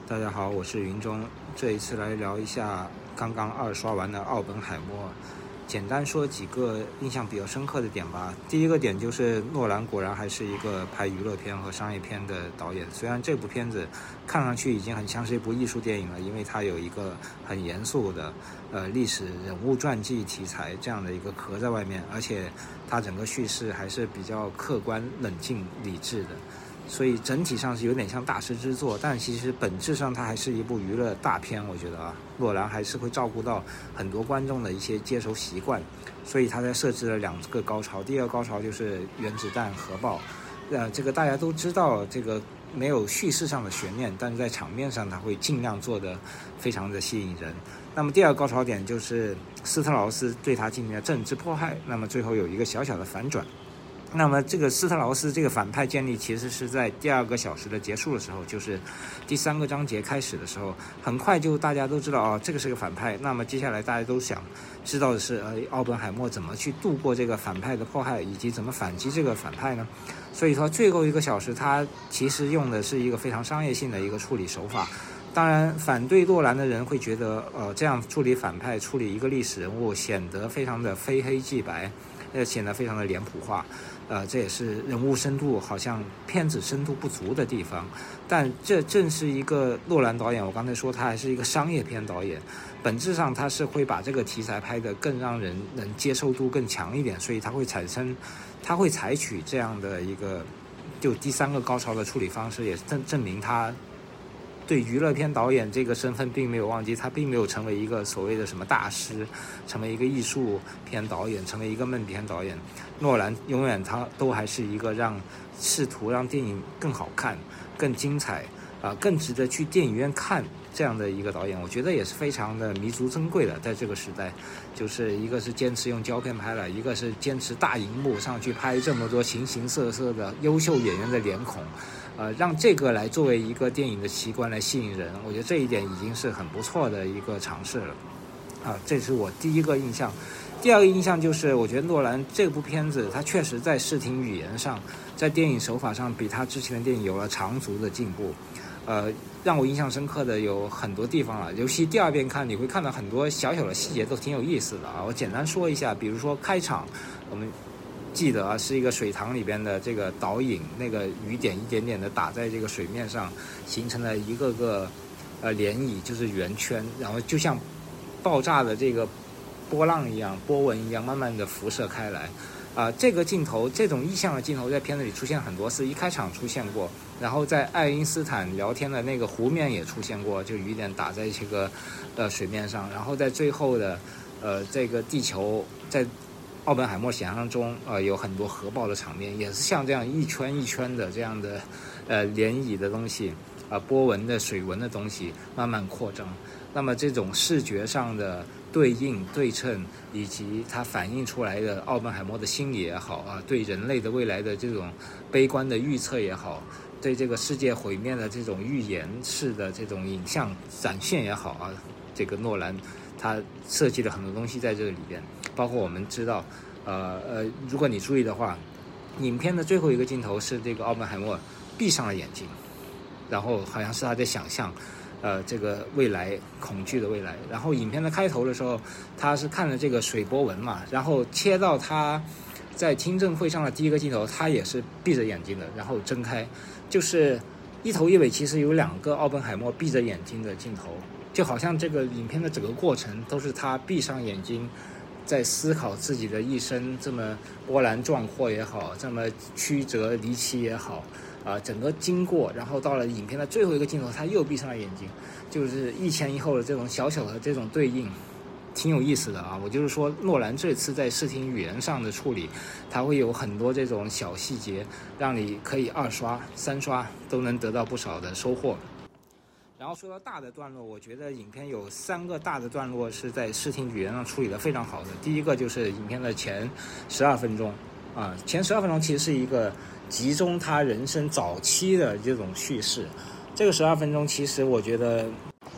大家好，我是云中。这一次来聊一下刚刚二刷完的《奥本海默》，简单说几个印象比较深刻的点吧。第一个点就是诺兰果然还是一个拍娱乐片和商业片的导演，虽然这部片子看上去已经很像是一部艺术电影了，因为它有一个很严肃的历史人物传记题材这样的一个壳在外面，而且它整个叙事还是比较客观、冷静、理智的。所以整体上是有点像大师之作，但其实本质上它还是一部娱乐大片。我觉得诺兰还是会照顾到很多观众的一些接收习惯，所以他才设置了2个高潮。第二个高潮就是原子弹核爆，这个大家都知道，这个没有叙事上的悬念，但是在场面上他会尽量做得非常的吸引人。那么第二个高潮点就是斯特劳斯对他进行了政治迫害，那么最后有一个小小的反转。那么这个斯特劳斯这个反派建立其实是在第2个小时的结束的时候，就是第3个章节开始的时候，很快就大家都知道这个是个反派。那么接下来大家都想知道的是奥本海默怎么去度过这个反派的迫害，以及怎么反击这个反派呢？所以说最后1个小时他其实用的是一个非常商业性的一个处理手法。当然反对诺兰的人会觉得这样处理反派，处理一个历史人物显得非常的非黑即白，显得非常的脸谱化。这也是人物深度好像片子深度不足的地方，但这正是一个诺兰导演，我刚才说他还是一个商业片导演，本质上他是会把这个题材拍得更让人能接受度更强一点，所以他会采取这样的一个就第3个高潮的处理方式，也证明他对娱乐片导演这个身份并没有忘记，他并没有成为一个所谓的什么大师，成为一个艺术片导演，成为一个闷片导演。诺兰永远他都还是一个试图让电影更好看、更精彩更值得去电影院看这样的一个导演。我觉得也是非常的弥足珍贵的，在这个时代，就是一个是坚持用胶片拍了，一个是坚持大荧幕上去拍这么多形形色色的优秀演员的脸孔。让这个来作为一个电影的奇观来吸引人，我觉得这一点已经是很不错的一个尝试了。这是我第一个印象。第二个印象就是，我觉得诺兰这部片子，它确实在视听语言上，在电影手法上，比他之前的电影有了长足的进步。让我印象深刻的有很多地方了，尤其第2遍看，你会看到很多小小的细节都挺有意思的我简单说一下，比如说开场，我们记得是一个水塘里边的这个导引，那个雨点一点点的打在这个水面上，形成了一个个涟漪，就是圆圈，然后就像爆炸的这个波浪一样，波纹一样，慢慢的辐射开来。这个镜头，这种意象的镜头在片子里出现很多次，一开场出现过，然后在爱因斯坦聊天的那个湖面也出现过，就雨点打在这个水面上，然后在最后的这个地球在奥本海默想象中有很多核爆的场面，也是像这样一圈一圈的这样的涟漪的东西波纹的水纹的东西慢慢扩张。那么这种视觉上的对应对称，以及它反映出来的奥本海默的心理也好对人类的未来的这种悲观的预测也好，对这个世界毁灭的这种预言式的这种影像展现也好这个诺兰他设计了很多东西在这里边，包括我们知道如果你注意的话，影片的最后一个镜头是这个奥本海默闭上了眼睛，然后好像是他在想象这个未来，恐惧的未来。然后影片的开头的时候，他是看了这个水波纹嘛，然后切到他在听证会上的第1个镜头，他也是闭着眼睛的，然后睁开，就是一头一尾其实有2个奥本海默闭着眼睛的镜头，就好像这个影片的整个过程都是他闭上眼睛在思考自己的一生，这么波澜壮阔也好，这么曲折离奇也好整个经过，然后到了影片的最后一个镜头他又闭上了眼睛，就是一前一后的这种小小的这种对应，挺有意思的我就是说诺兰这次在视听语言上的处理，他会有很多这种小细节，让你可以2刷3刷都能得到不少的收获。然后说到大的段落，我觉得影片有3个大的段落是在视听语言上处理得非常好的。第一个就是影片的前12分钟前12分钟其实是一个集中他人生早期的这种叙事。这个12分钟其实我觉得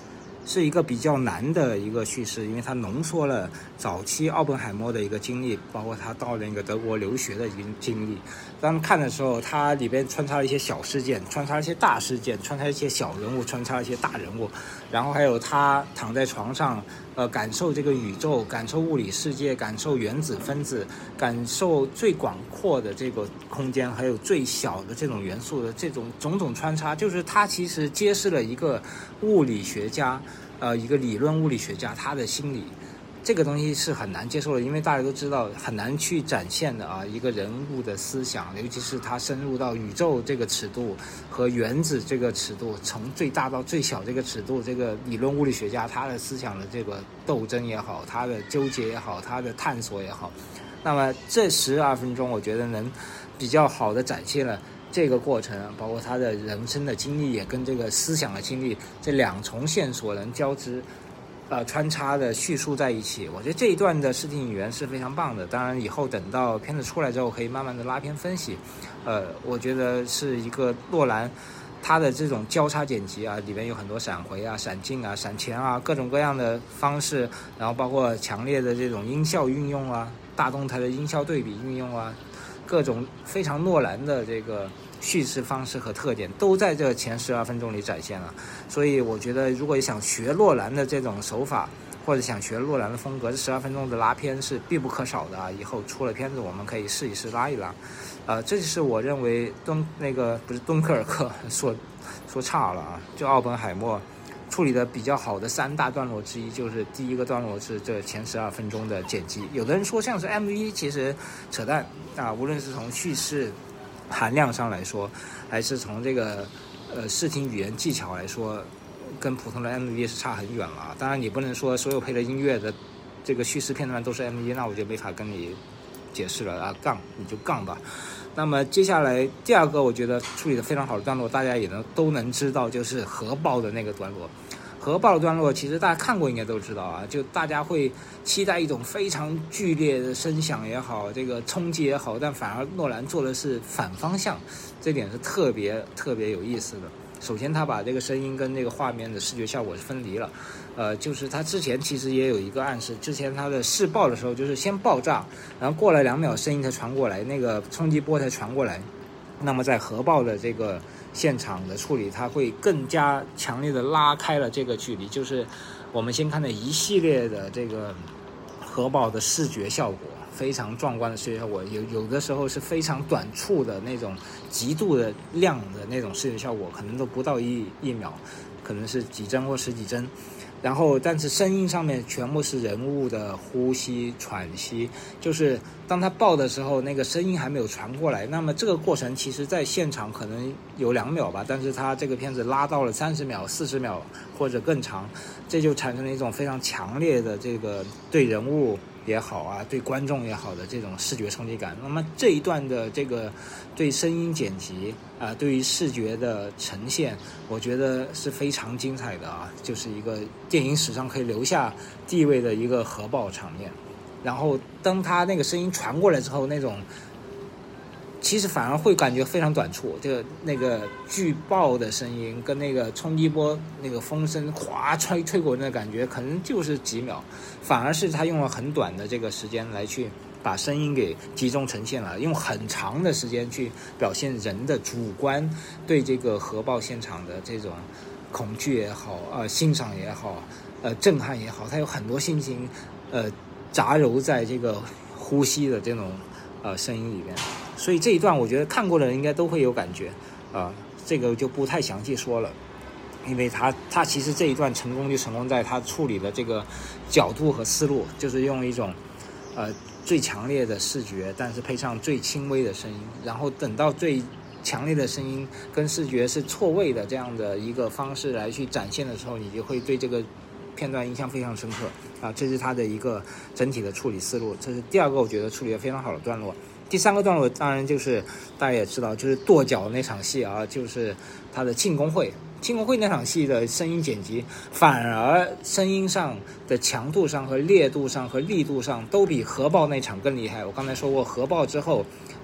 是一个比较难的一个叙事，因为它浓缩了早期奥本海默的一个经历，包括他到那个德国留学的一个经历。当看的时候，它里边穿插了一些小事件，穿插了一些大事件，穿插一些小人物，穿插了一些大人物，然后还有他躺在床上，感受这个宇宙，感受物理世界，感受原子分子，感受最广阔的这个空间，还有最小的这种元素的这种种种穿插，就是他其实揭示了一个物理学家，一个理论物理学家他的心理。这个东西是很难接受的，因为大家都知道很难去展现的啊，一个人物的思想，尤其是他深入到宇宙这个尺度和原子这个尺度，从最大到最小这个尺度，这个理论物理学家他的思想的这个斗争也好，他的纠结也好，他的探索也好，那么这12分钟我觉得能比较好的展现了这个过程，包括他的人生的经历也跟这个思想的经历这两重线索能交织穿插的叙述在一起。我觉得这一段的视听语言是非常棒的，当然以后等到片子出来之后可以慢慢的拉片分析。我觉得是一个诺兰他的这种交叉剪辑啊，里面有很多闪回啊、闪近啊、闪前啊，各种各样的方式，然后包括强烈的这种音效运用啊，大动态的音效对比运用啊，各种非常诺兰的这个叙事方式和特点都在这前12分钟里展现了。所以我觉得如果想学诺兰的这种手法，或者想学诺兰的风格，这12分钟的拉片是必不可少的啊！以后出了片子我们可以试一试拉一拉。这就是我认为不是敦刻尔克说差了啊，就奥本海默处理的比较好的3大段落之一，就是第一个段落是这前12分钟的剪辑。有的人说像是 MV， 其实扯淡啊，无论是从叙事含量上来说，还是从这个视听语言技巧来说，跟普通的 MV 是差很远了。当然你不能说所有配了音乐的这个叙事片段都是 MV， 那我就没法跟你解释了啊，你就杠吧。那么接下来第二个我觉得处理的非常好的段落，大家也都能知道，就是核爆的那个段落。核爆的段落其实大家看过应该都知道啊，就大家会期待一种非常剧烈的声响也好，这个冲击也好，但反而诺兰做的是反方向，这点是特别特别有意思的。首先他把这个声音跟这个画面的视觉效果是分离了，就是他之前其实也有一个暗示，之前他的试爆的时候就是先爆炸，然后过了2秒声音才传过来，那个冲击波才传过来。那么在核爆的这个现场的处理，它会更加强烈的拉开了这个距离，就是我们先看的一系列的这个核爆的视觉效果，非常壮观的视觉效果，有的时候是非常短促的那种极度的亮的那种视觉效果，可能都不到一秒，可能是几帧或10几帧。然后但是声音上面全部是人物的呼吸喘息，就是当他爆的时候那个声音还没有传过来，那么这个过程其实在现场可能有2秒吧，但是他这个片子拉到了30秒40秒或者更长，这就产生了一种非常强烈的这个对人物也好啊，对观众也好的这种视觉冲击感。那么这一段的这个对声音剪辑啊，对于视觉的呈现，我觉得是非常精彩的啊，就是一个电影史上可以留下地位的一个核爆场面。然后当他那个声音传过来之后，那种其实反而会感觉非常短促，就那个巨爆的声音跟那个冲击波那个风声哗吹过的感觉可能就是几秒，反而是他用了很短的这个时间来去把声音给集中呈现了，用很长的时间去表现人的主观对这个核爆现场的这种恐惧也好，欣赏也好，震撼也好，它有很多心情杂糅在这个呼吸的这种声音里边。所以这一段我觉得看过的人应该都会有感觉这个就不太详细说了，因为他其实这一段成功在他处理的这个角度和思路，就是用一种最强烈的视觉，但是配上最轻微的声音，然后等到最强烈的声音跟视觉是错位的这样的一个方式来去展现的时候，你就会对这个片段印象非常深刻这是他的一个整体的处理思路。这是第二个我觉得处理得非常好的段落。第3个段落当然就是大家也知道，就是跺脚那场戏就是他的庆功会那场戏的声音剪辑，反而声音上的强度上和烈度上和力度上都比核爆那场更厉害。我刚才说过，核爆之后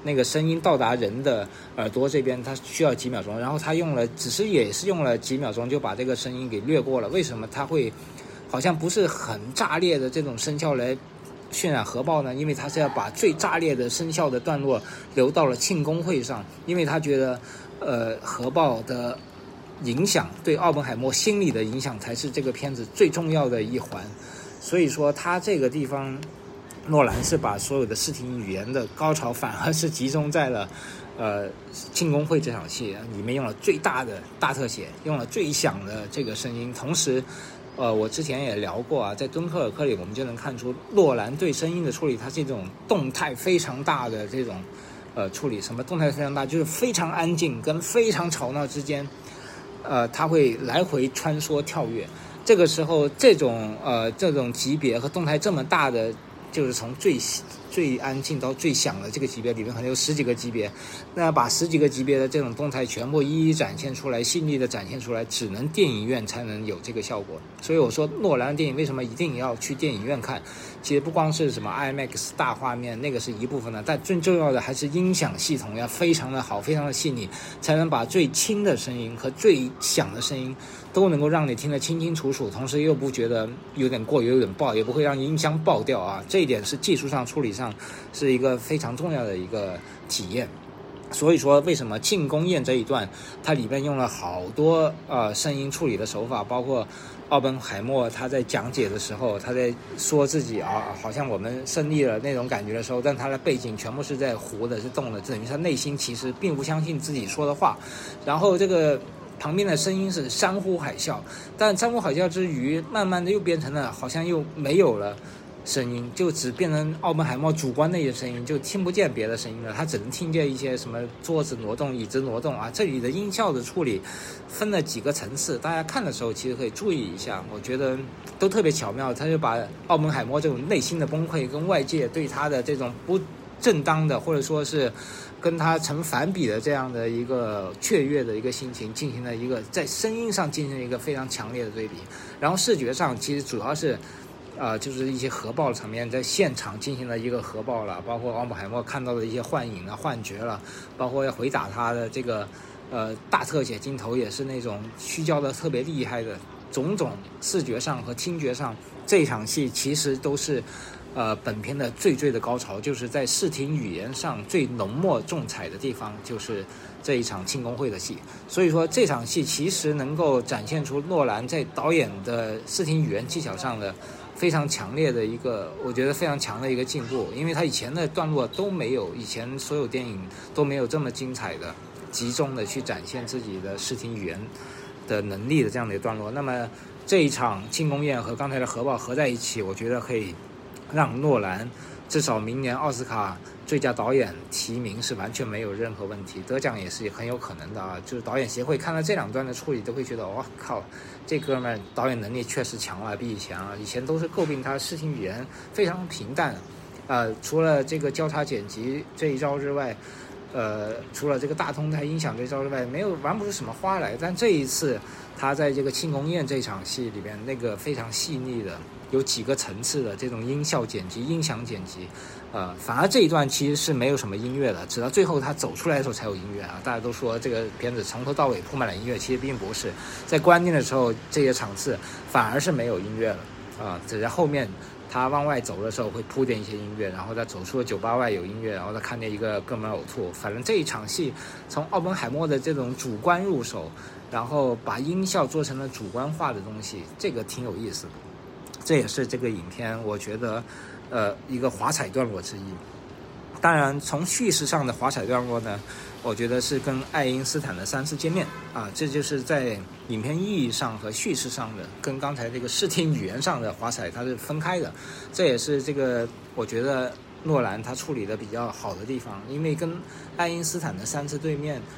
那个声音到达人的耳朵这边，它需要几秒钟，然后他也是用了几秒钟就把这个声音给略过了。为什么他会好像不是很炸裂的这种声效来渲染核爆呢？因为他是要把最炸裂的声效的段落留到了庆功会上，因为他觉得核爆的影响对奥本海默心理的影响才是这个片子最重要的一环。所以说他这个地方诺兰是把所有的视听语言的高潮反而是集中在了庆功会这场戏里面，用了最大的大特写，用了最响的这个声音。同时我之前也聊过啊，在敦刻尔克里我们就能看出诺兰对声音的处理，它是一种动态非常大的这种处理。什么动态非常大？就是非常安静跟非常吵闹之间它会来回穿梭跳跃。这个时候这种级别和动态这么大的，就是从最安静到最响的这个级别里面可能有10几个级别，那把10几个级别的这种动态全部一一展现出来，细腻的展现出来，只能电影院才能有这个效果。所以我说诺兰的电影为什么一定要去电影院看，其实不光是什么 IMAX 大画面，那个是一部分的，但最重要的还是音响系统要非常的好，非常的细腻，才能把最轻的声音和最响的声音都能够让你听得清清楚楚，同时又不觉得有点过有点爆，也不会让音箱爆掉啊。这一点是技术上处理上是一个非常重要的一个体验。所以说为什么庆功宴这一段它里面用了好多声音处理的手法，包括奥本海默他在讲解的时候，他在说自己好像我们胜利了那种感觉的时候，但他的背景全部是在糊的，是动的，等于他内心其实并不相信自己说的话。然后这个旁边的声音是山呼海啸，但山呼海啸之余慢慢的又变成了好像又没有了声音，就只变成奥本海默主观的一些声音，就听不见别的声音了，他只能听见一些什么桌子挪动椅子挪动啊。这里的音效的处理分了几个层次，大家看的时候其实可以注意一下，我觉得都特别巧妙。他就把奥本海默这种内心的崩溃跟外界对他的这种不正当的或者说是跟他成反比的这样的一个雀跃的一个心情进行了一个在声音上进行了一个非常强烈的对比。然后视觉上其实主要是就是一些核爆的场面，在现场进行了一个核爆了，包括奥本海默看到的一些幻影啊幻觉了，包括要回打他的这个大特写镜头也是那种虚焦的特别厉害的，种种视觉上和听觉上这一场戏其实都是本片的最的高潮，就是在视听语言上最浓墨重彩的地方，就是这一场庆功会的戏。所以说这场戏其实能够展现出诺兰在导演的视听语言技巧上的非常强烈的一个，我觉得非常强的一个进步。因为他以前的段落都没有，以前所有电影都没有这么精彩的集中的去展现自己的视听语言的能力的这样的一个段落。那么这一场庆功宴和刚才的核爆合在一起，我觉得可以让诺兰至少明年奥斯卡最佳导演提名是完全没有任何问题，得奖也是很有可能的啊。就是导演协会看了这两段的处理都会觉得，哇靠，这哥们导演能力确实强了，比以前啊，以前都是诟病他视听语言非常平淡，除了这个交叉剪辑这一招之外，除了这个大通态音响这一招之外，没有玩不出什么花来。但这一次他在这个庆功宴这场戏里边，那个非常细腻的有几个层次的这种音效剪辑音响剪辑，反而这一段其实是没有什么音乐的，直到最后他走出来的时候才有音乐啊。大家都说这个片子从头到尾铺满了音乐，其实并不是，在关键的时候这些场次反而是没有音乐了只在后面他往外走的时候会铺垫一些音乐，然后他走出了酒吧外有音乐，然后他看见一个哥们呕吐。反正这一场戏从奥本海默的这种主观入手，然后把音效做成了主观化的东西，这个挺有意思的。这也是这个影片我觉得一个华彩段落之一。当然从叙事上的华彩段落呢，我觉得是跟爱因斯坦的3次见面这就是在影片意义上和叙事上的跟刚才这个视听语言上的华彩它是分开的。这也是这个我觉得诺兰他处理的比较好的地方，因为跟爱因斯坦的3次见面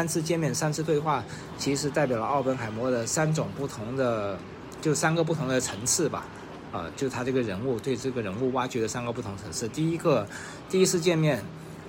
3次对话，其实代表了奥本海默的3个不同的层次吧。就他这个人物对这个人物挖掘的3个不同层次。第一次见面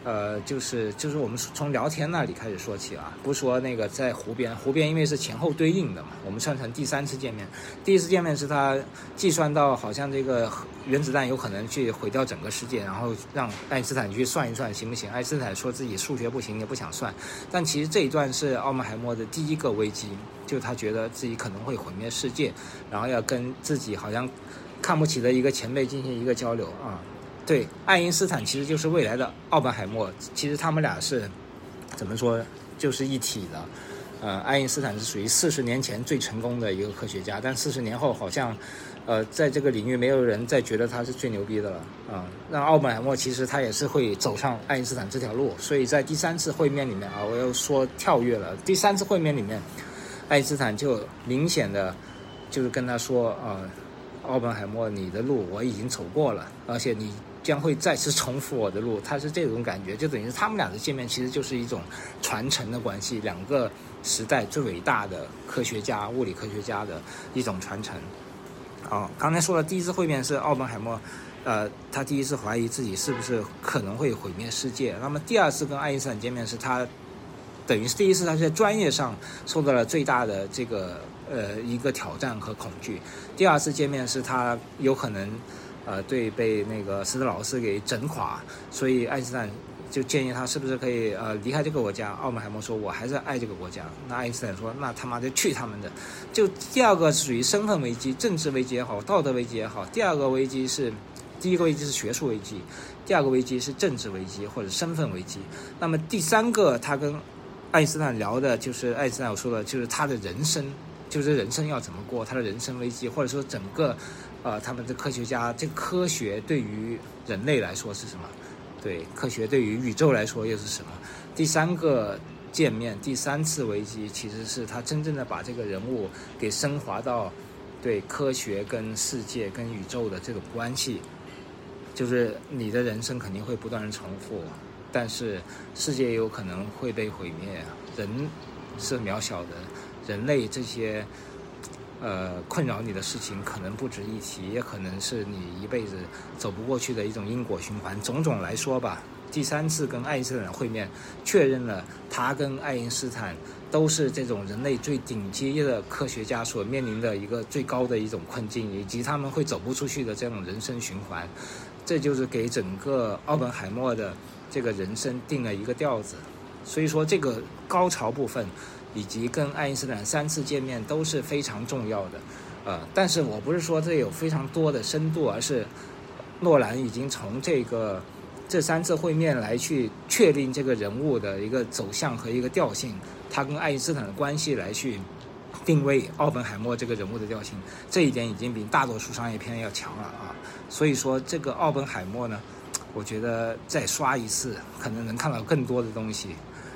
就是我们从聊天那里开始说起啊，不说那个在湖边因为是前后对应的嘛，我们算成第3次见面。第一次见面是他计算到好像这个原子弹有可能去毁掉整个世界，然后让爱因斯坦去算一算行不行。爱因斯坦说自己数学不行，也不想算。但其实这一段是奥本海默的第一个危机，就他觉得自己可能会毁灭世界，然后要跟自己好像看不起的一个前辈进行一个交流啊。对，爱因斯坦其实就是未来的奥本海默，其实他们俩是怎么说，就是一体的。爱因斯坦是属于40年前最成功的一个科学家，但40年后好像，在这个领域没有人再觉得他是最牛逼的了啊。那奥本海默其实他也是会走上爱因斯坦这条路，所以在第3次会面里面啊，我又说跳跃了。第3次会面里面，爱因斯坦就明显的就是跟他说奥本海默，你的路我已经走过了，而且你将会再次重复我的路，他是这种感觉，就等于是他们俩的见面其实就是一种传承的关系，两个时代最伟大的科学家、物理科学家的一种传承。刚才说了，第一次会面是奥本海默，他第一次怀疑自己是不是可能会毁灭世界。那么第2次跟爱因斯坦见面是他，等于是第一次他在专业上受到了最大的这个一个挑战和恐惧。第2次见面是他有可能对被那个斯特劳斯给整垮，所以爱因斯坦就建议他是不是可以离开这个国家。奥本海默说我还是爱这个国家。那爱因斯坦说那他妈的去他们的。就第2个是属于身份危机、政治危机也好、道德危机也好。第一个危机是学术危机，第2个危机是政治危机或者身份危机。那么第3个他跟爱因斯坦聊的就是爱因斯坦有说的就是他的人生，就是人生要怎么过，他的人生危机，或者说整个他们的科学家，这个科学对于人类来说是什么？对，科学对于宇宙来说又是什么？第3个见面，第3次危机，其实是他真正的把这个人物给升华到对科学跟世界跟宇宙的这种关系，就是你的人生肯定会不断的重复，但是世界也有可能会被毁灭，人是渺小的，人类这些困扰你的事情可能不值一提，也可能是你一辈子走不过去的一种因果循环。种种来说吧，第3次跟爱因斯坦会面，确认了他跟爱因斯坦都是这种人类最顶级的科学家所面临的一个最高的一种困境，以及他们会走不出去的这种人生循环。这就是给整个奥本海默的这个人生定了一个调子。所以说这个高潮部分以及跟爱因斯坦3次见面都是非常重要的，但是我不是说这有非常多的深度，而是诺兰已经从这3次会面来去确定这个人物的一个走向和一个调性，他跟爱因斯坦的关系来去定位奥本海默这个人物的调性，这一点已经比大多数商业片要强了啊。所以说这个奥本海默呢，我觉得再刷一次可能能看到更多的东西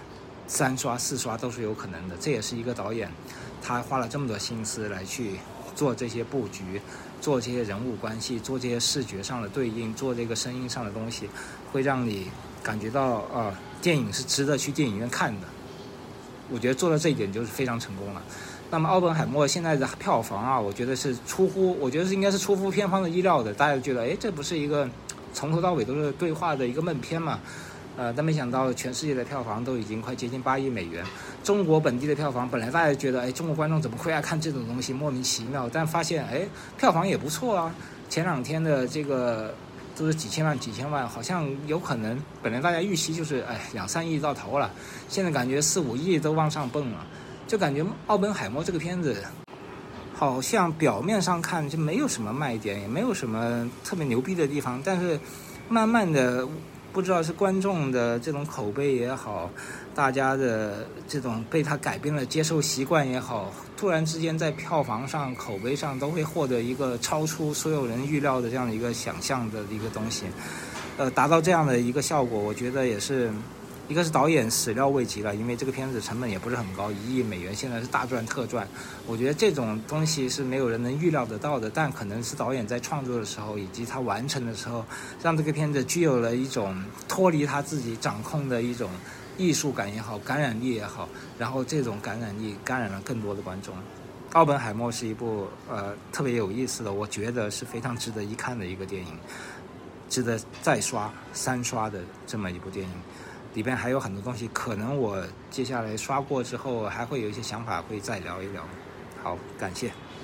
，3刷4刷都是有可能的。这也是一个导演他花了这么多心思来去做这些布局，做这些人物关系，做这些视觉上的对应，做这个声音上的东西，会让你感觉到电影是值得去电影院看的。我觉得做到这一点就是非常成功了。那么奥本海默现在的票房啊，我觉得应该是出乎片方的意料的。大家觉得这不是一个从头到尾都是对话的一个闷片嘛？但没想到全世界的票房都已经快接近8亿美元。中国本地的票房本来大家觉得中国观众怎么会爱看这种东西，莫名其妙，但发现票房也不错啊。前2天的这个都是几千万，好像有可能本来大家预期就是2-3亿到头了，现在感觉4-5亿都往上蹦了。就感觉奥本海默这个片子好像表面上看就没有什么卖点，也没有什么特别牛逼的地方，但是慢慢的不知道是观众的这种口碑也好，大家的这种被他改变了接受习惯也好，突然之间在票房上口碑上都会获得一个超出所有人预料的这样的一个想象的一个东西，达到这样的一个效果，我觉得也是一个是导演始料未及了，因为这个片子成本也不是很高，1亿美元现在是大赚特赚。我觉得这种东西是没有人能预料得到的，但可能是导演在创作的时候以及他完成的时候，让这个片子具有了一种脱离他自己掌控的一种艺术感也好，感染力也好，然后这种感染力感染了更多的观众。奥本海默是一部特别有意思的，我觉得是非常值得一看的一个电影。 值得再刷三刷的这么一部电影。里边还有很多东西，可能我接下来刷过之后还会有一些想法，会再聊一聊。好，感谢。